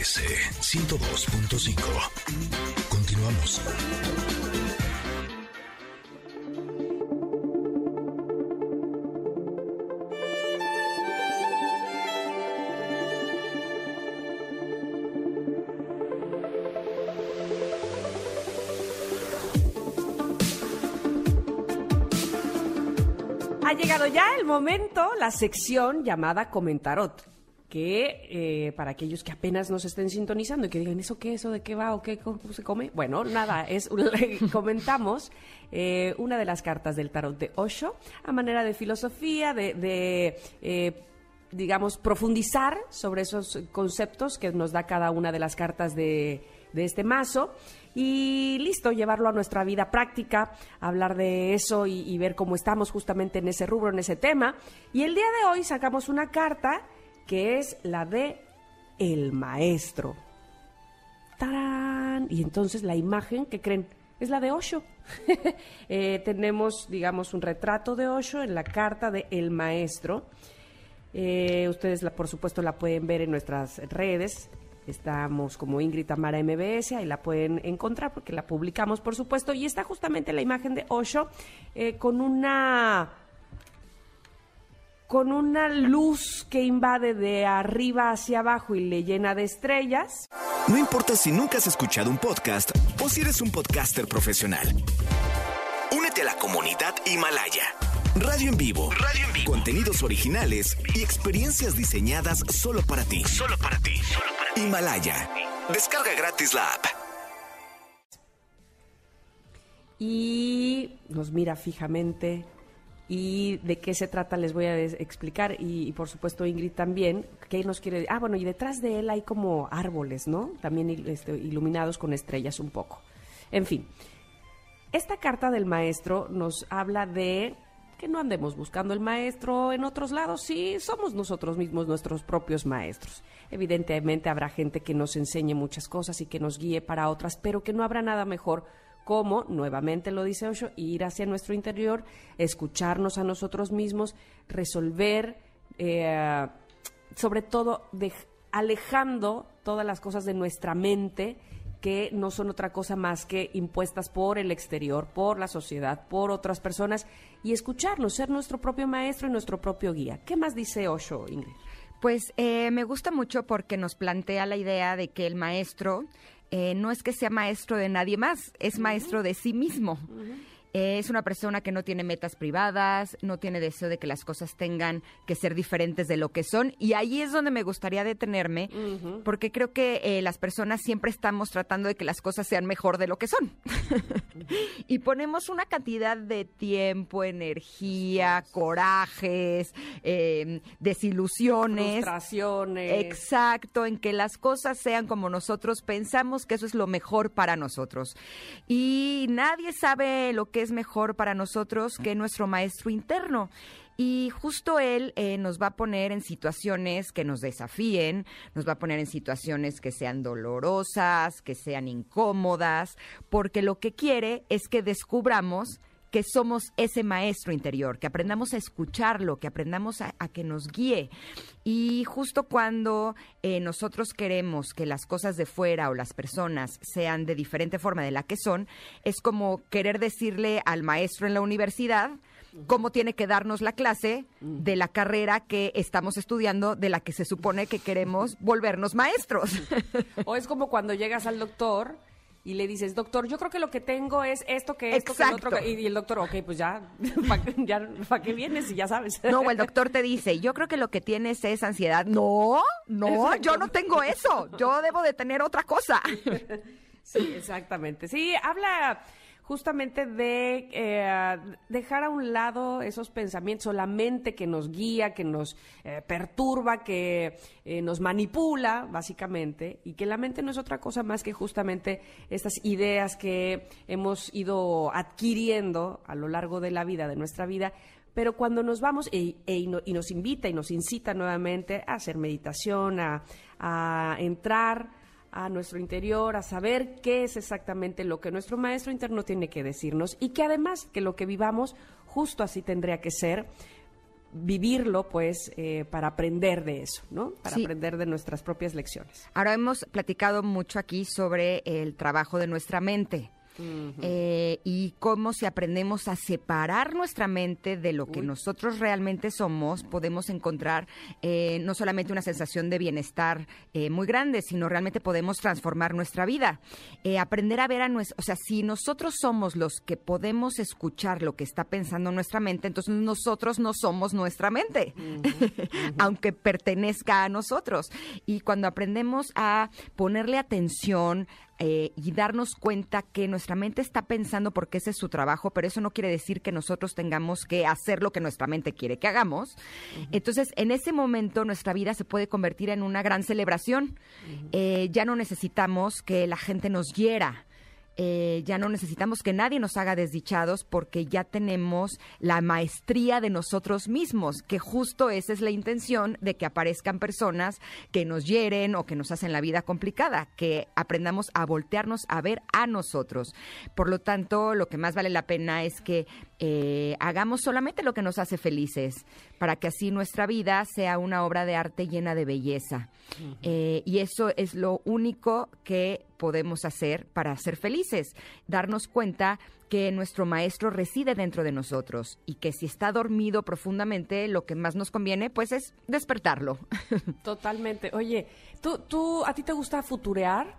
MBS 102.5. Continuamos. Ha llegado ya el momento, la sección llamada Comentarot, que para aquellos que apenas nos estén sintonizando y que digan, ¿eso qué? ¿Eso de qué va? ¿O qué? ¿Cómo se come? Bueno, nada, comentamos una de las cartas del tarot de Osho a manera de filosofía, digamos, profundizar sobre esos conceptos que nos da cada una de las cartas de este mazo. Y listo, llevarlo a nuestra vida práctica, hablar de eso y ver cómo estamos justamente en ese rubro, en ese tema. Y el día de hoy sacamos una carta que es la de el maestro. ¡Tarán! Y entonces la imagen, ¿qué creen? Es la de Osho. Tenemos, digamos, un retrato de Osho en la carta de el maestro. Ustedes, por supuesto, la pueden ver en nuestras redes. Estamos como Ingrid Tamara MBS, ahí la pueden encontrar porque la publicamos, por supuesto, y está justamente la imagen de Osho con una luz que invade de arriba hacia abajo y le llena de estrellas. No importa si nunca has escuchado un podcast o si eres un podcaster profesional. Únete a la comunidad Himalaya. Radio en vivo. Contenidos originales y experiencias diseñadas solo para ti. Himalaya. Descarga gratis la app. Y nos mira fijamente. ¿Y de qué se trata? Les voy a explicar. Y por supuesto Ingrid también. ¿Qué nos quiere decir? Bueno, y detrás de él hay como árboles, ¿no? También iluminados con estrellas un poco. En fin. Esta carta del maestro nos habla de que no andemos buscando el maestro en otros lados, sí, somos nosotros mismos nuestros propios maestros. Evidentemente habrá gente que nos enseñe muchas cosas y que nos guíe para otras, pero que no habrá nada mejor como, nuevamente lo dice Osho, ir hacia nuestro interior, escucharnos a nosotros mismos, resolver, sobre todo alejando todas las cosas de nuestra mente que no son otra cosa más que impuestas por el exterior, por la sociedad, por otras personas, y escucharnos, ser nuestro propio maestro y nuestro propio guía. ¿Qué más dice Osho, Ingrid? Pues me gusta mucho porque nos plantea la idea de que el maestro no es que sea maestro de nadie más, es maestro de sí mismo. Es una persona que no tiene metas privadas, no tiene deseo de que las cosas tengan que ser diferentes de lo que son. Y ahí es donde me gustaría detenerme, porque creo que las personas siempre estamos tratando de que las cosas sean mejor de lo que son. Y ponemos una cantidad de tiempo, energía, corajes, desilusiones. Frustraciones. Exacto, en que las cosas sean como nosotros pensamos que eso es lo mejor para nosotros. Y nadie sabe lo que es mejor para nosotros que nuestro maestro interno. Y justo él nos va a poner en situaciones que nos desafíen, nos va a poner en situaciones que sean dolorosas, que sean incómodas, porque lo que quiere es que descubramos que somos ese maestro interior, que aprendamos a escucharlo, que aprendamos a que nos guíe. Y justo cuando nosotros queremos que las cosas de fuera o las personas sean de diferente forma de la que son, es como querer decirle al maestro en la universidad cómo tiene que darnos la clase de la carrera que estamos estudiando, de la que se supone que queremos volvernos maestros. O es como cuando llegas al doctor y le dices, doctor, yo creo que lo que tengo es esto, que esto, Exacto. que el otro. Y el doctor, ok, pues ya, ¿para qué vienes? Y ya sabes. No, o el doctor te dice, yo creo que lo que tienes es ansiedad. No, Exacto. Yo no tengo eso. Yo debo de tener otra cosa. Sí, exactamente. Sí, habla justamente de dejar a un lado esos pensamientos o la mente que nos guía, que nos perturba, que nos manipula, básicamente, y que la mente no es otra cosa más que justamente estas ideas que hemos ido adquiriendo a lo largo de la vida, de nuestra vida. Pero cuando nos vamos y nos invita y nos incita nuevamente a hacer meditación, a entrar a nuestro interior, a saber qué es exactamente lo que nuestro maestro interno tiene que decirnos y que además que lo que vivamos justo así tendría que ser, vivirlo, pues, para aprender de eso, ¿no? Para Sí. aprender de nuestras propias lecciones. Ahora hemos platicado mucho aquí sobre el trabajo de nuestra mente. Y cómo si aprendemos a separar nuestra mente de lo que nosotros realmente somos, podemos encontrar no solamente una sensación de bienestar muy grande, sino realmente podemos transformar nuestra vida. Aprender a ver o sea, si nosotros somos los que podemos escuchar lo que está pensando nuestra mente, entonces nosotros no somos nuestra mente, aunque pertenezca a nosotros. Y cuando aprendemos a ponerle atención, y darnos cuenta que nuestra mente está pensando porque ese es su trabajo, pero eso no quiere decir que nosotros tengamos que hacer lo que nuestra mente quiere que hagamos. Entonces, en ese momento, nuestra vida se puede convertir en una gran celebración. Ya no necesitamos que la gente nos hiera. Ya no necesitamos que nadie nos haga desdichados porque ya tenemos la maestría de nosotros mismos, que justo esa es la intención de que aparezcan personas que nos hieren o que nos hacen la vida complicada, que aprendamos a voltearnos a ver a nosotros. Por lo tanto, lo que más vale la pena es que hagamos solamente lo que nos hace felices, para que así nuestra vida sea una obra de arte llena de belleza. Y eso es lo único que podemos hacer para ser felices, darnos cuenta que nuestro maestro reside dentro de nosotros y que si está dormido profundamente, lo que más nos conviene pues es despertarlo. Totalmente. Oye, ¿a ti te gusta futurear?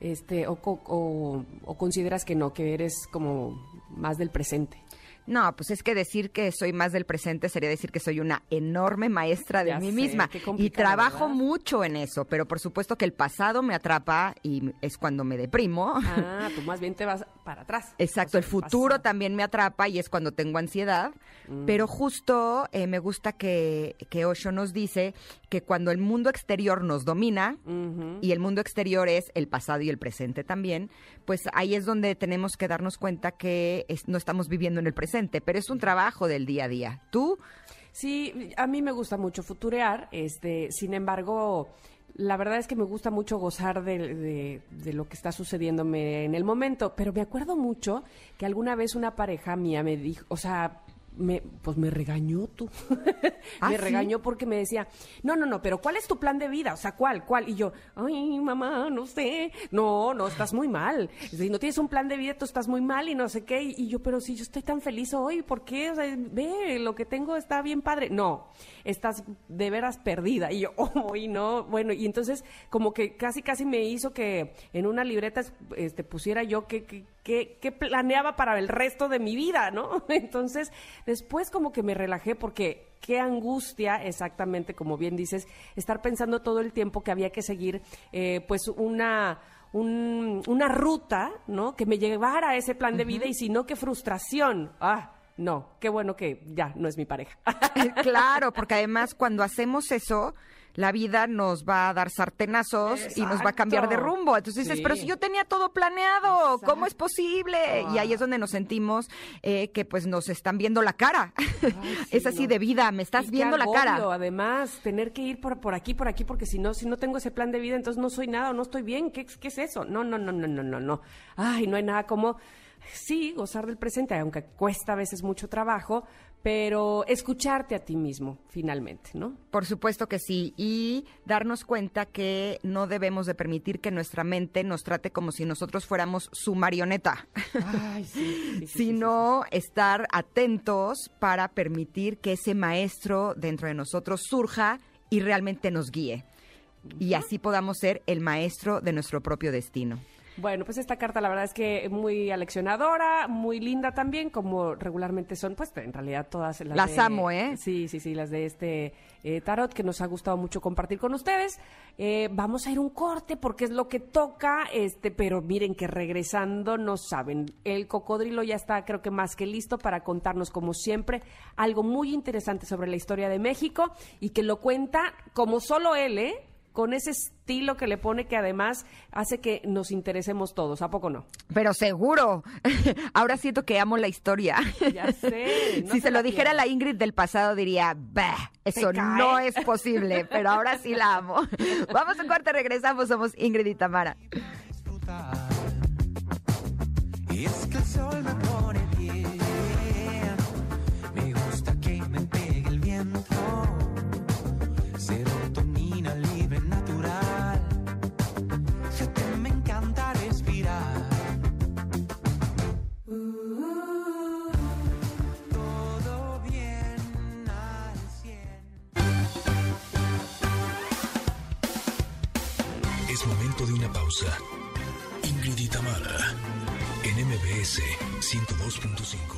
O consideras que no, que eres como más del presente? No, pues es que decir que soy más del presente sería decir que soy una enorme maestra de mí misma. Y trabajo mucho en eso, pero por supuesto que el pasado me atrapa y es cuando me deprimo. Ah, tú más bien te vas para atrás. Exacto, el futuro también me atrapa y es cuando tengo ansiedad. Pero justo me gusta que Osho nos dice que cuando el mundo exterior nos domina, y el mundo exterior es el pasado y el presente también, pues ahí es donde tenemos que darnos cuenta que no estamos viviendo en el presente. Pero es un trabajo del día a día. ¿Tú? Sí, a mí me gusta mucho futurear, sin embargo, la verdad es que me gusta mucho gozar de lo que está sucediéndome en el momento, pero me acuerdo mucho que alguna vez una pareja mía me dijo, o sea, me regañó tú. Me regañó porque me decía, no, pero ¿cuál es tu plan de vida? O sea, ¿cuál? Y yo, ay, mamá, no sé. No, estás muy mal. Si no tienes un plan de vida, tú estás muy mal y no sé qué. Y yo, pero si yo estoy tan feliz hoy, ¿por qué? O sea, ve, lo que tengo está bien padre. No, estás de veras perdida. Y yo, no. Bueno, y entonces como que casi me hizo que en una libreta pusiera yo que planeaba para el resto de mi vida, ¿no? Entonces, después como que me relajé porque qué angustia, exactamente como bien dices, estar pensando todo el tiempo que había que seguir, pues una ruta, ¿no? Que me llevara a ese plan de vida y si no, qué frustración. No, qué bueno que ya no es mi pareja. Claro, porque además cuando hacemos eso, la vida nos va a dar sartenazos. Exacto. Y nos va a cambiar de rumbo. Entonces dices, pero si yo tenía todo planeado, exacto, ¿cómo es posible? Y ahí es donde nos sentimos que pues nos están viendo la cara. Es así de vida, me estás viendo la cara. Además, tener que ir por aquí, porque si no tengo ese plan de vida, entonces no soy nada, no estoy bien. ¿Qué es eso? No. Ay, no hay nada como... Sí, gozar del presente, aunque cuesta a veces mucho trabajo, pero escucharte a ti mismo, finalmente, ¿no? Por supuesto que sí, y darnos cuenta que no debemos de permitir que nuestra mente nos trate como si nosotros fuéramos su marioneta. Ay, sí, sino estar atentos para permitir que ese maestro dentro de nosotros surja y realmente nos guíe. Y así podamos ser el maestro de nuestro propio destino. Bueno, pues esta carta la verdad es que muy aleccionadora, muy linda también, como regularmente son, pues en realidad todas las amo, ¿eh? Sí, las de este tarot que nos ha gustado mucho compartir con ustedes. Vamos a ir un corte porque es lo que toca, pero miren que regresando no saben, el cocodrilo ya está creo que más que listo para contarnos como siempre algo muy interesante sobre la historia de México y que lo cuenta como solo él, con ese estilo que le pone que además hace que nos interesemos todos, ¿a poco no? Pero seguro, ahora siento que amo la historia. Ya sé. No si se lo dijera la Ingrid del pasado diría, bah, eso no es posible, pero ahora sí la amo. Vamos a un corte, regresamos, somos Ingrid y Tamara. Y es que el sol me pone bien, me gusta que me pegue el viento. Es momento de una pausa. Ingrid y Tamara, en MBS 102.5.